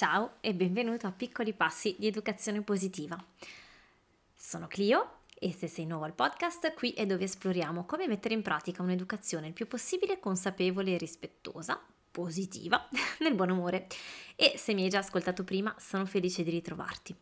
Ciao e benvenuto a Piccoli Passi di Educazione Positiva. Sono Clio e se sei nuovo al podcast, qui è dove esploriamo come mettere in pratica un'educazione il più possibile consapevole e rispettosa, positiva, nel buon umore. E se mi hai già ascoltato prima, sono felice di ritrovarti.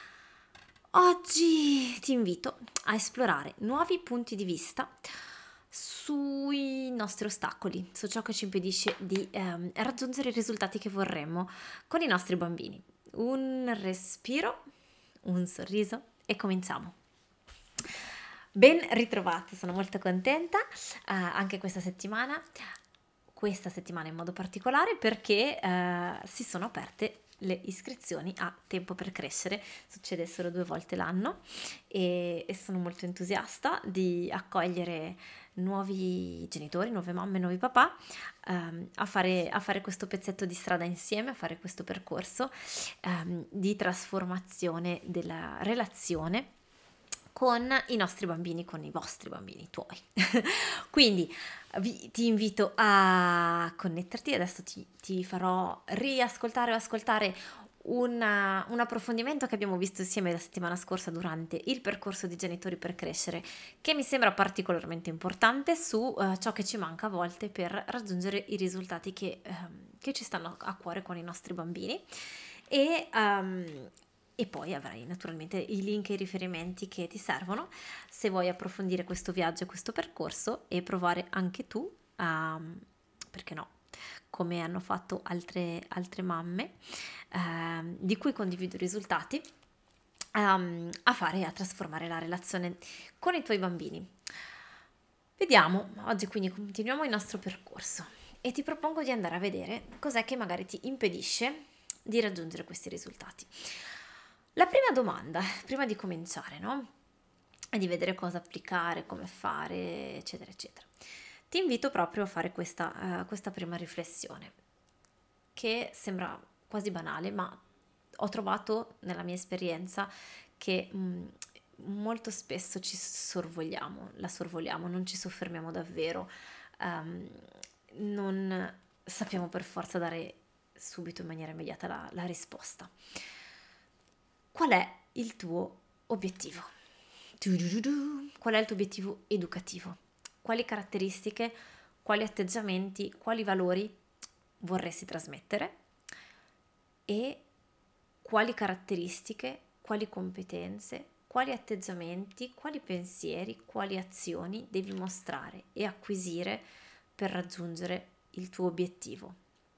Oggi ti invito a esplorare nuovi punti di vista sui nostri ostacoli, su ciò che ci impedisce di raggiungere i risultati che vorremmo con i nostri bambini. Un respiro, un sorriso e cominciamo. Ben ritrovati, sono molto contenta anche questa settimana in modo particolare perché si sono aperte le iscrizioni a Tempo per Crescere. Succede solo 2 volte l'anno e sono molto entusiasta di accogliere nuovi genitori, nuove mamme, nuovi papà a fare questo pezzetto di strada insieme, a fare questo percorso di trasformazione della relazione con i nostri bambini, con i vostri bambini, tuoi. Quindi ti invito a connetterti, adesso ti farò riascoltare o ascoltare un approfondimento che abbiamo visto insieme la settimana scorsa durante il percorso di Genitori per Crescere, che mi sembra particolarmente importante su ciò che ci manca a volte per raggiungere i risultati che ci stanno a cuore con i nostri bambini. E poi avrai naturalmente i link e i riferimenti che ti servono se vuoi approfondire questo viaggio e questo percorso e provare anche tu perché no, come hanno fatto altre mamme di cui condivido i risultati, a trasformare la relazione con i tuoi bambini. Vediamo, oggi quindi continuiamo il nostro percorso e ti propongo di andare a vedere cos'è che magari ti impedisce di raggiungere questi risultati. La prima domanda, prima di cominciare, no? E di vedere cosa applicare, come fare, eccetera, eccetera. Ti invito proprio a fare questa prima riflessione, che sembra quasi banale, ma ho trovato nella mia esperienza che molto spesso la sorvoliamo, non ci soffermiamo davvero, non sappiamo per forza dare subito in maniera immediata la risposta. Qual è il tuo obiettivo? Qual è il tuo obiettivo educativo? Quali caratteristiche, quali atteggiamenti, quali valori vorresti trasmettere? E quali caratteristiche, quali competenze, quali atteggiamenti, quali pensieri, quali azioni devi mostrare e acquisire per raggiungere il tuo obiettivo?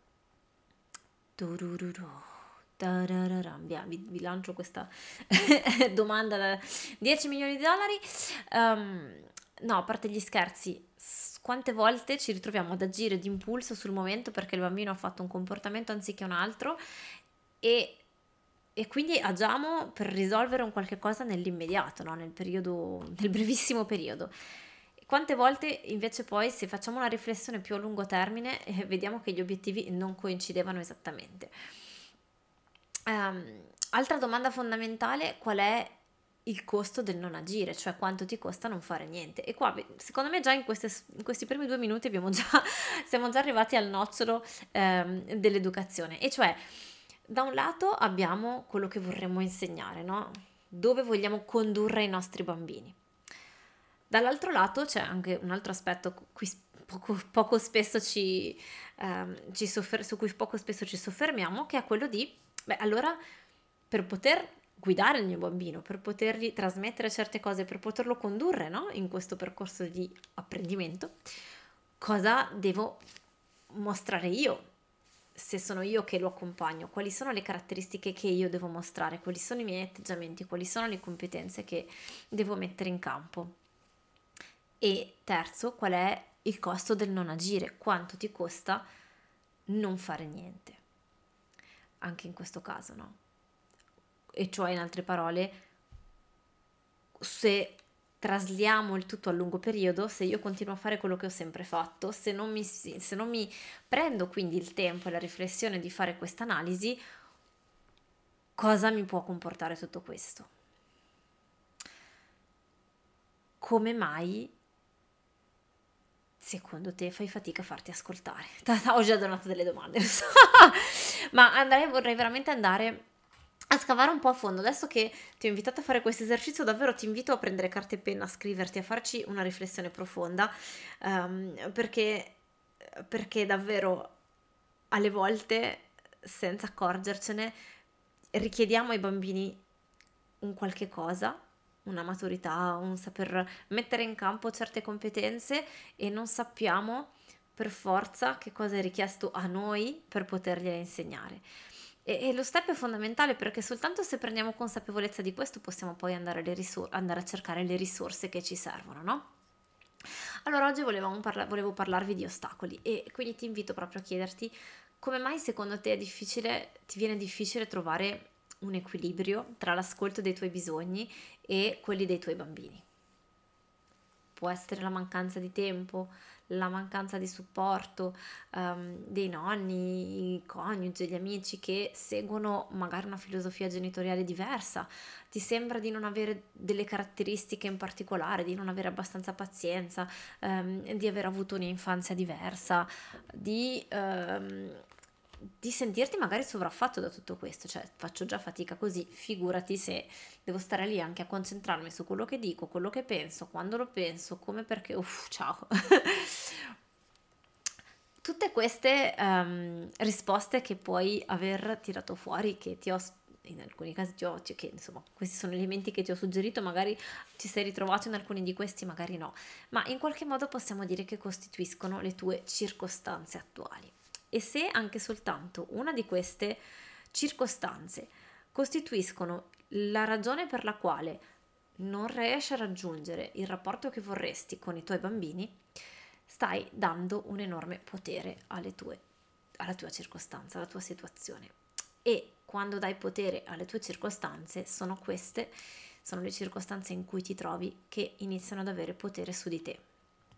Vi lancio questa domanda da 10 milioni di dollari. No, a parte gli scherzi, quante volte ci ritroviamo ad agire d'impulso sul momento perché il bambino ha fatto un comportamento anziché un altro e quindi agiamo per risolvere un qualche cosa nell'immediato, no? Nel brevissimo periodo. Quante volte invece poi, se facciamo una riflessione più a lungo termine, vediamo che gli obiettivi non coincidevano esattamente. Altra domanda fondamentale: qual è il costo del non agire, cioè quanto ti costa non fare niente? E qua secondo me già in questi primi 2 minuti siamo già arrivati al nocciolo dell'educazione, e cioè da un lato abbiamo quello che vorremmo insegnare, no? Dove vogliamo condurre i nostri bambini. Dall'altro lato c'è anche un altro aspetto cui poco spesso su cui poco spesso ci soffermiamo, che è quello di allora, per poter guidare il mio bambino, per potergli trasmettere certe cose, per poterlo condurre, no? In questo percorso di apprendimento, cosa devo mostrare io? Se sono io che lo accompagno, quali sono le caratteristiche che io devo mostrare, quali sono i miei atteggiamenti, quali sono le competenze che devo mettere in campo. E terzo, qual è il costo del non agire? Quanto ti costa non fare niente? Anche in questo caso, no? E cioè, in altre parole, se trasliamo il tutto a lungo periodo, se io continuo a fare quello che ho sempre fatto, se non mi prendo quindi il tempo e la riflessione di fare questa analisi, cosa mi può comportare tutto questo? Come mai secondo te fai fatica a farti ascoltare? Ho già donato delle domande, lo so. Ma vorrei veramente andare a scavare un po' a fondo. Adesso che ti ho invitato a fare questo esercizio, davvero ti invito a prendere carta e penna, a scriverti, a farci una riflessione profonda, perché davvero alle volte, senza accorgercene, richiediamo ai bambini un qualche cosa, una maturità, un saper mettere in campo certe competenze e non sappiamo per forza che cosa è richiesto a noi per potergliele insegnare. E lo step è fondamentale perché soltanto se prendiamo consapevolezza di questo possiamo poi andare, andare a cercare le risorse che ci servono, no? Allora oggi volevo parlarvi di ostacoli e quindi ti invito proprio a chiederti come mai secondo te ti viene difficile trovare un equilibrio tra l'ascolto dei tuoi bisogni e quelli dei tuoi bambini. Può essere la mancanza di tempo, la mancanza di supporto, dei nonni, i coniugi, gli amici che seguono magari una filosofia genitoriale diversa, ti sembra di non avere delle caratteristiche in particolare, di non avere abbastanza pazienza, di aver avuto un'infanzia diversa, di sentirti magari sovraffatto da tutto questo, cioè faccio già fatica così, figurati se devo stare lì anche a concentrarmi su quello che dico, quello che penso, quando lo penso, come perché, uff, ciao. Tutte queste risposte che puoi aver tirato fuori, che ti ho, in alcuni casi che insomma questi sono elementi che ti ho suggerito, magari ci sei ritrovato in alcuni di questi, magari no, ma in qualche modo possiamo dire che costituiscono le tue circostanze attuali. E se anche soltanto una di queste circostanze costituiscono la ragione per la quale non riesci a raggiungere il rapporto che vorresti con i tuoi bambini, stai dando un enorme potere alla tua circostanza, alla tua situazione. E quando dai potere alle tue circostanze, sono le circostanze in cui ti trovi che iniziano ad avere potere su di te.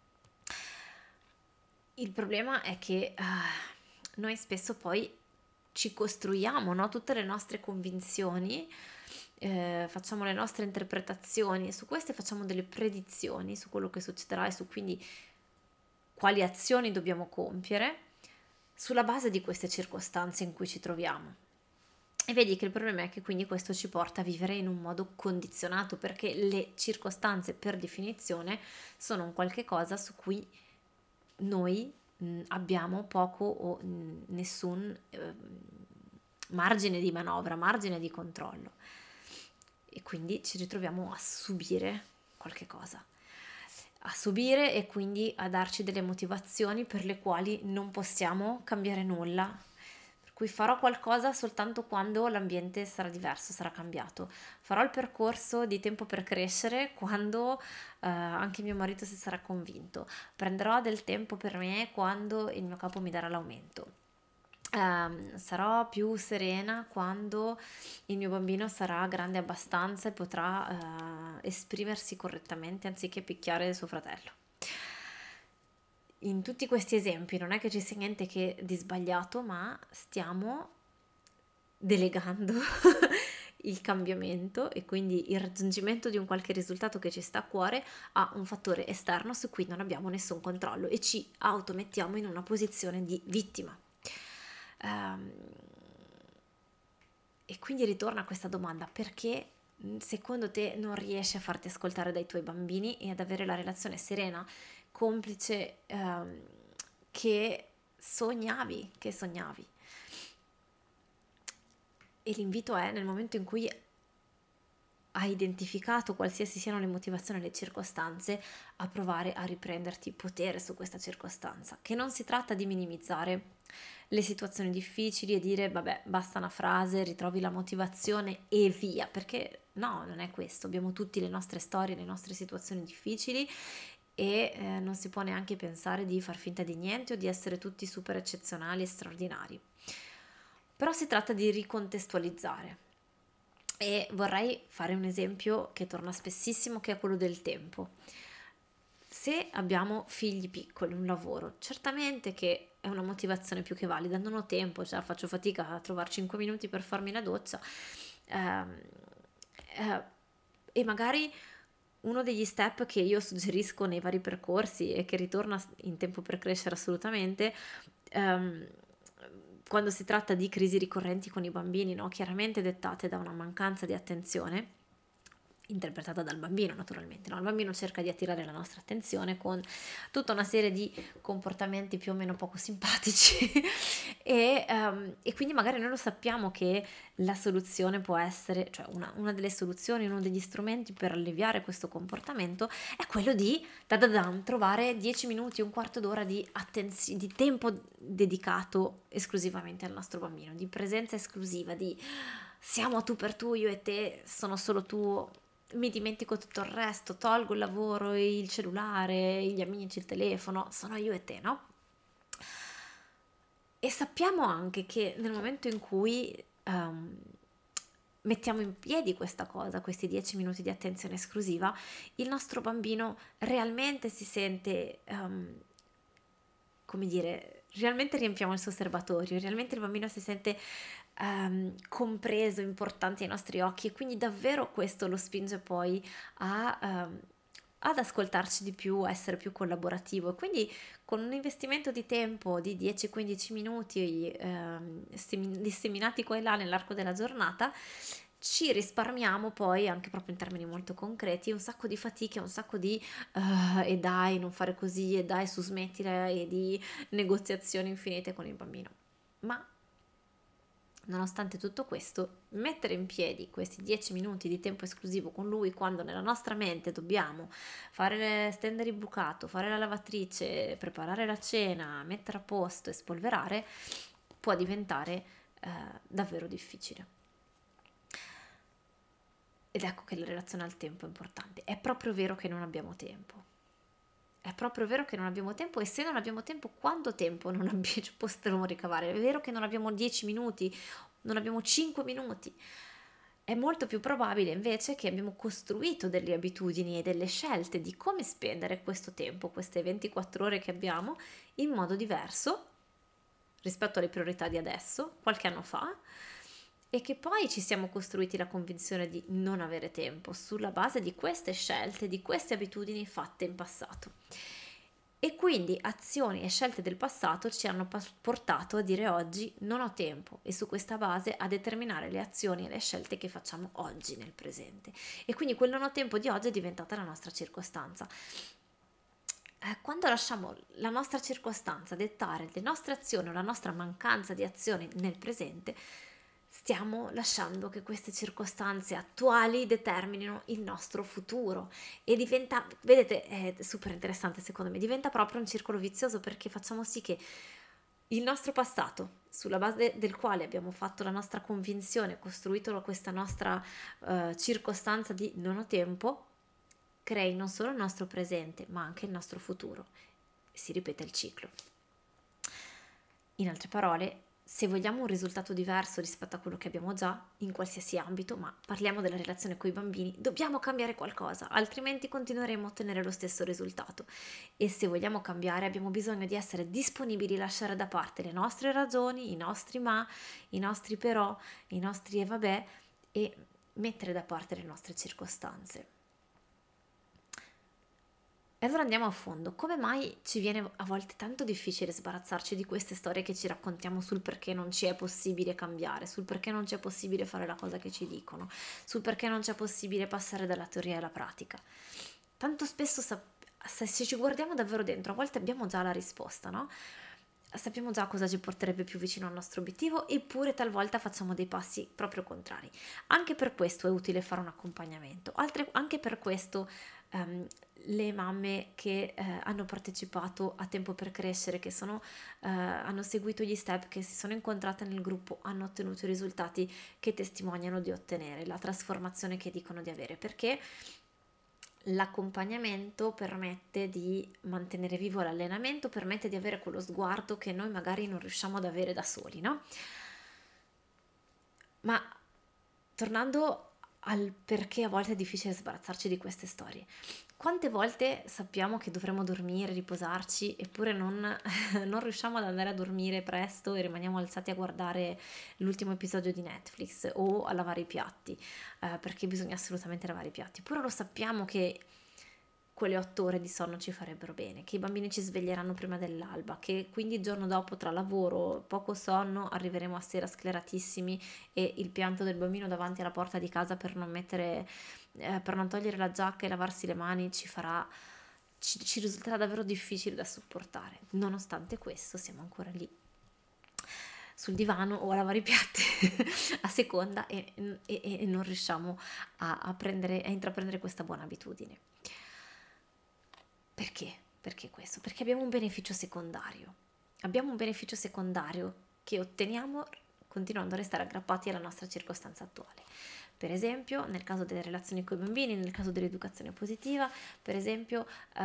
Il problema è che noi spesso poi ci costruiamo, no? Tutte le nostre convinzioni, facciamo le nostre interpretazioni e su queste facciamo delle predizioni su quello che succederà e su quindi quali azioni dobbiamo compiere sulla base di queste circostanze in cui ci troviamo. E vedi che il problema è che quindi questo ci porta a vivere in un modo condizionato, perché le circostanze per definizione sono un qualche cosa su cui noi abbiamo poco o nessun margine di manovra, margine di controllo, e quindi ci ritroviamo a subire qualche cosa, a subire e quindi a darci delle motivazioni per le quali non possiamo cambiare nulla. Per cui farò qualcosa soltanto quando l'ambiente sarà diverso, sarà cambiato. Farò il percorso di tempo per crescere quando anche mio marito si sarà convinto. Prenderò del tempo per me quando il mio capo mi darà l'aumento. Sarò più serena quando il mio bambino sarà grande abbastanza e potrà esprimersi correttamente anziché picchiare suo fratello. In tutti questi esempi non è che ci sia niente che di sbagliato, ma stiamo delegando il cambiamento e quindi il raggiungimento di un qualche risultato che ci sta a cuore a un fattore esterno su cui non abbiamo nessun controllo e ci automettiamo in una posizione di vittima. E quindi ritorna a questa domanda: perché secondo te non riesci a farti ascoltare dai tuoi bambini e ad avere la relazione serena, complice, che sognavi? E l'invito è, nel momento in cui hai identificato qualsiasi siano le motivazioni e le circostanze, a provare a riprenderti potere su questa circostanza, che non si tratta di minimizzare le situazioni difficili e dire vabbè, basta una frase, ritrovi la motivazione e via, perché no, non è questo. Abbiamo tutti le nostre storie, le nostre situazioni difficili e non si può neanche pensare di far finta di niente o di essere tutti super eccezionali e straordinari. Però si tratta di ricontestualizzare. E vorrei fare un esempio che torna spessissimo, che è quello del tempo. Se abbiamo figli piccoli, un lavoro, certamente che è una motivazione più che valida, non ho tempo, cioè faccio fatica a trovare 5 minuti per farmi la doccia, e magari uno degli step che io suggerisco nei vari percorsi e che ritorna in tempo per crescere assolutamente, quando si tratta di crisi ricorrenti con i bambini, no? Chiaramente dettate da una mancanza di attenzione, interpretata dal bambino naturalmente, no? Il bambino cerca di attirare la nostra attenzione con tutta una serie di comportamenti più o meno poco simpatici e quindi magari noi lo sappiamo che la soluzione può essere, cioè una delle soluzioni, uno degli strumenti per alleviare questo comportamento è quello di trovare 10 minuti, un quarto d'ora di tempo dedicato esclusivamente al nostro bambino, di presenza esclusiva, di siamo a tu per tu, io e te, sono solo tu, mi dimentico tutto il resto, tolgo il lavoro, il cellulare, gli amici, il telefono, sono io e te, no? E sappiamo anche che nel momento in cui mettiamo in piedi questa cosa, questi 10 minuti di attenzione esclusiva, il nostro bambino realmente si sente, come dire, realmente riempiamo il suo serbatoio, realmente il bambino si sente compreso, importante ai nostri occhi e quindi davvero questo lo spinge poi ad ascoltarci di più, a essere più collaborativo e quindi con un investimento di tempo di 10-15 minuti disseminati qua e là nell'arco della giornata ci risparmiamo poi anche proprio in termini molto concreti un sacco di fatiche, un sacco di e dai non fare così e dai su smettila e di negoziazioni infinite con il bambino. Ma nonostante tutto questo, mettere in piedi questi 10 minuti di tempo esclusivo con lui quando nella nostra mente dobbiamo stendere il bucato, fare la lavatrice, preparare la cena, mettere a posto e spolverare, può diventare davvero difficile. Ed ecco che la relazione al tempo è importante. È proprio vero che non abbiamo tempo. È proprio vero che non abbiamo tempo e se non abbiamo tempo, quanto tempo non potremo ricavare? È vero che non abbiamo 10 minuti, non abbiamo 5 minuti. È molto più probabile invece che abbiamo costruito delle abitudini e delle scelte di come spendere questo tempo, queste 24 ore che abbiamo, in modo diverso rispetto alle priorità di adesso, qualche anno fa, e che poi ci siamo costruiti la convinzione di non avere tempo sulla base di queste scelte, di queste abitudini fatte in passato. E quindi azioni e scelte del passato ci hanno portato a dire oggi non ho tempo e su questa base a determinare le azioni e le scelte che facciamo oggi nel presente. E quindi quel non ho tempo di oggi è diventata la nostra circostanza. Quando lasciamo la nostra circostanza dettare le nostre azioni o la nostra mancanza di azioni nel presente, stiamo lasciando che queste circostanze attuali determinino il nostro futuro e diventa, vedete, è super interessante secondo me, diventa proprio un circolo vizioso perché facciamo sì che il nostro passato, sulla base del quale abbiamo fatto la nostra convinzione, costruito questa nostra circostanza di non ho tempo, crei non solo il nostro presente ma anche il nostro futuro. Si ripete il ciclo. In altre parole, se vogliamo un risultato diverso rispetto a quello che abbiamo già in qualsiasi ambito, ma parliamo della relazione con i bambini, dobbiamo cambiare qualcosa, altrimenti continueremo a ottenere lo stesso risultato. E se vogliamo cambiare abbiamo bisogno di essere disponibili a lasciare da parte le nostre ragioni, i nostri ma, i nostri però, i nostri e vabbè e mettere da parte le nostre circostanze. E allora andiamo a fondo, come mai ci viene a volte tanto difficile sbarazzarci di queste storie che ci raccontiamo sul perché non ci è possibile cambiare, sul perché non c'è possibile fare la cosa che ci dicono, sul perché non c'è possibile passare dalla teoria alla pratica. Tanto spesso se ci guardiamo davvero dentro, a volte abbiamo già la risposta, no? Sappiamo già cosa ci porterebbe più vicino al nostro obiettivo, eppure talvolta facciamo dei passi proprio contrari. Anche per questo è utile fare un accompagnamento, anche per questo le mamme che hanno partecipato a Tempo per Crescere, che hanno seguito gli step, che si sono incontrate nel gruppo, hanno ottenuto i risultati che testimoniano di ottenere, la trasformazione che dicono di avere, perché l'accompagnamento permette di mantenere vivo l'allenamento, permette di avere quello sguardo che noi magari non riusciamo ad avere da soli, no? Ma tornando al perché a volte è difficile sbarazzarci di queste storie. Quante volte sappiamo che dovremmo dormire, riposarci, eppure non riusciamo ad andare a dormire presto e rimaniamo alzati a guardare l'ultimo episodio di Netflix o a lavare i piatti, perché bisogna assolutamente lavare i piatti. Eppure lo sappiamo che quelle 8 ore di sonno ci farebbero bene, che i bambini ci sveglieranno prima dell'alba, che quindi il giorno dopo tra lavoro, poco sonno, arriveremo a sera scleratissimi e il pianto del bambino davanti alla porta di casa per non per non togliere la giacca e lavarsi le mani ci risulterà davvero difficile da sopportare. Nonostante questo siamo ancora lì sul divano o a lavare i piatti a seconda e non riusciamo a intraprendere questa buona abitudine. Perché? Perché questo? Perché abbiamo un beneficio secondario. Abbiamo un beneficio secondario che otteniamo continuando a restare aggrappati alla nostra circostanza attuale. Per esempio, nel caso delle relazioni con i bambini, nel caso dell'educazione positiva, per esempio,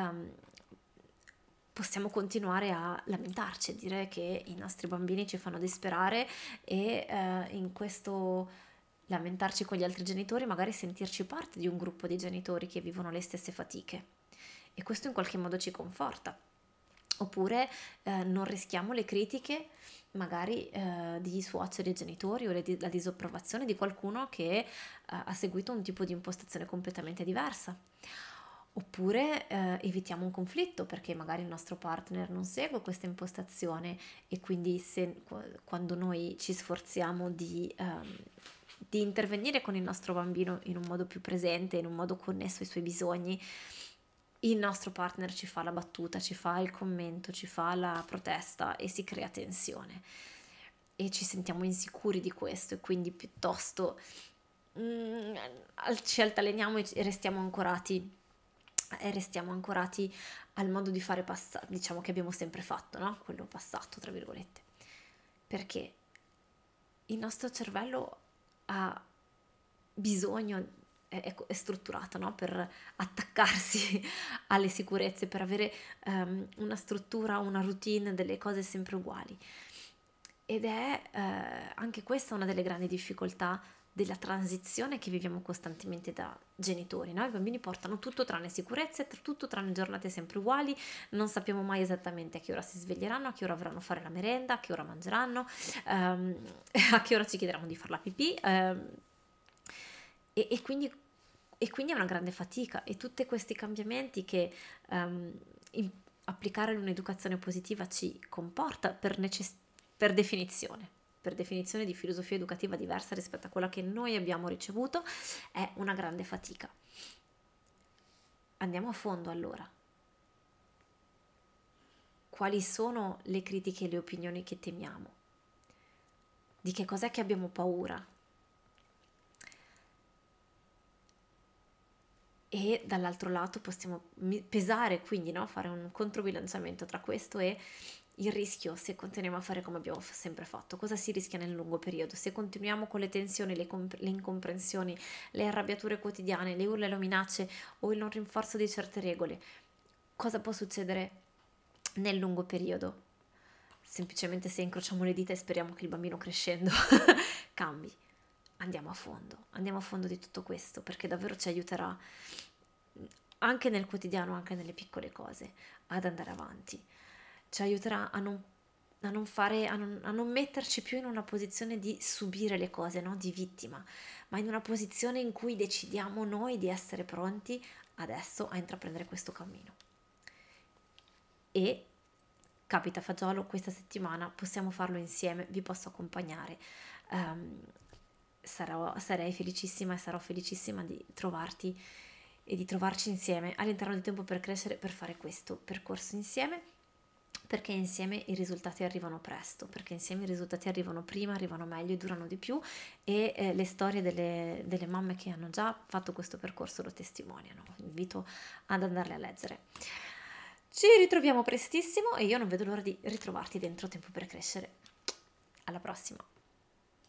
possiamo continuare a lamentarci, a dire che i nostri bambini ci fanno disperare e in questo lamentarci con gli altri genitori, magari sentirci parte di un gruppo di genitori che vivono le stesse fatiche. E questo in qualche modo ci conforta. Oppure non rischiamo le critiche magari di suoceri e genitori o la disapprovazione di qualcuno che ha seguito un tipo di impostazione completamente diversa. Oppure evitiamo un conflitto perché magari il nostro partner non segue questa impostazione e quindi quando noi ci sforziamo di intervenire con il nostro bambino in un modo più presente, in un modo connesso ai suoi bisogni, il nostro partner ci fa la battuta, ci fa il commento, ci fa la protesta e si crea tensione e ci sentiamo insicuri di questo e quindi piuttosto ci altaleniamo e restiamo ancorati al modo di fare passato, diciamo che abbiamo sempre fatto, no? Quello passato, tra virgolette. Perché il nostro cervello ha bisogno, è strutturato, no? Per attaccarsi alle sicurezze, per avere una struttura, una routine, delle cose sempre uguali. Ed è anche questa una delle grandi difficoltà della transizione che viviamo costantemente da genitori, no? I bambini portano tutto tranne sicurezze, tutto tranne giornate sempre uguali, non sappiamo mai esattamente a che ora si sveglieranno, a che ora vorranno fare la merenda, a che ora mangeranno, a che ora ci chiederanno di fare la pipì, e quindi è una grande fatica e tutti questi cambiamenti che applicare un'educazione positiva ci comporta per definizione di filosofia educativa diversa rispetto a quella che noi abbiamo ricevuto, è una grande fatica. Andiamo a fondo allora. Quali sono le critiche e le opinioni che temiamo? Di che cos'è che abbiamo paura? E dall'altro lato possiamo pesare, quindi, no? Fare un controbilanciamento tra questo e il rischio se continuiamo a fare come abbiamo sempre fatto. Cosa si rischia nel lungo periodo? Se continuiamo con le tensioni, le incomprensioni, le arrabbiature quotidiane, le urla e le minacce o il non rinforzo di certe regole, cosa può succedere nel lungo periodo? Semplicemente se incrociamo le dita e speriamo che il bambino crescendo cambi. Andiamo a fondo di tutto questo perché davvero ci aiuterà anche nel quotidiano, anche nelle piccole cose, ad andare avanti. Ci aiuterà a non metterci più in una posizione di subire le cose, no? Di vittima, ma in una posizione in cui decidiamo noi di essere pronti adesso a intraprendere questo cammino. E capita fagiolo, questa settimana possiamo farlo insieme, vi posso accompagnare. Sarei felicissima e sarò felicissima di trovarti e di trovarci insieme all'interno del Tempo per Crescere per fare questo percorso insieme, perché insieme i risultati arrivano presto, perché insieme i risultati arrivano prima, arrivano meglio e durano di più e le storie delle mamme che hanno già fatto questo percorso lo testimoniano. Vi invito ad andarle a leggere. Ci ritroviamo prestissimo e io non vedo l'ora di ritrovarti dentro Tempo per Crescere. Alla prossima!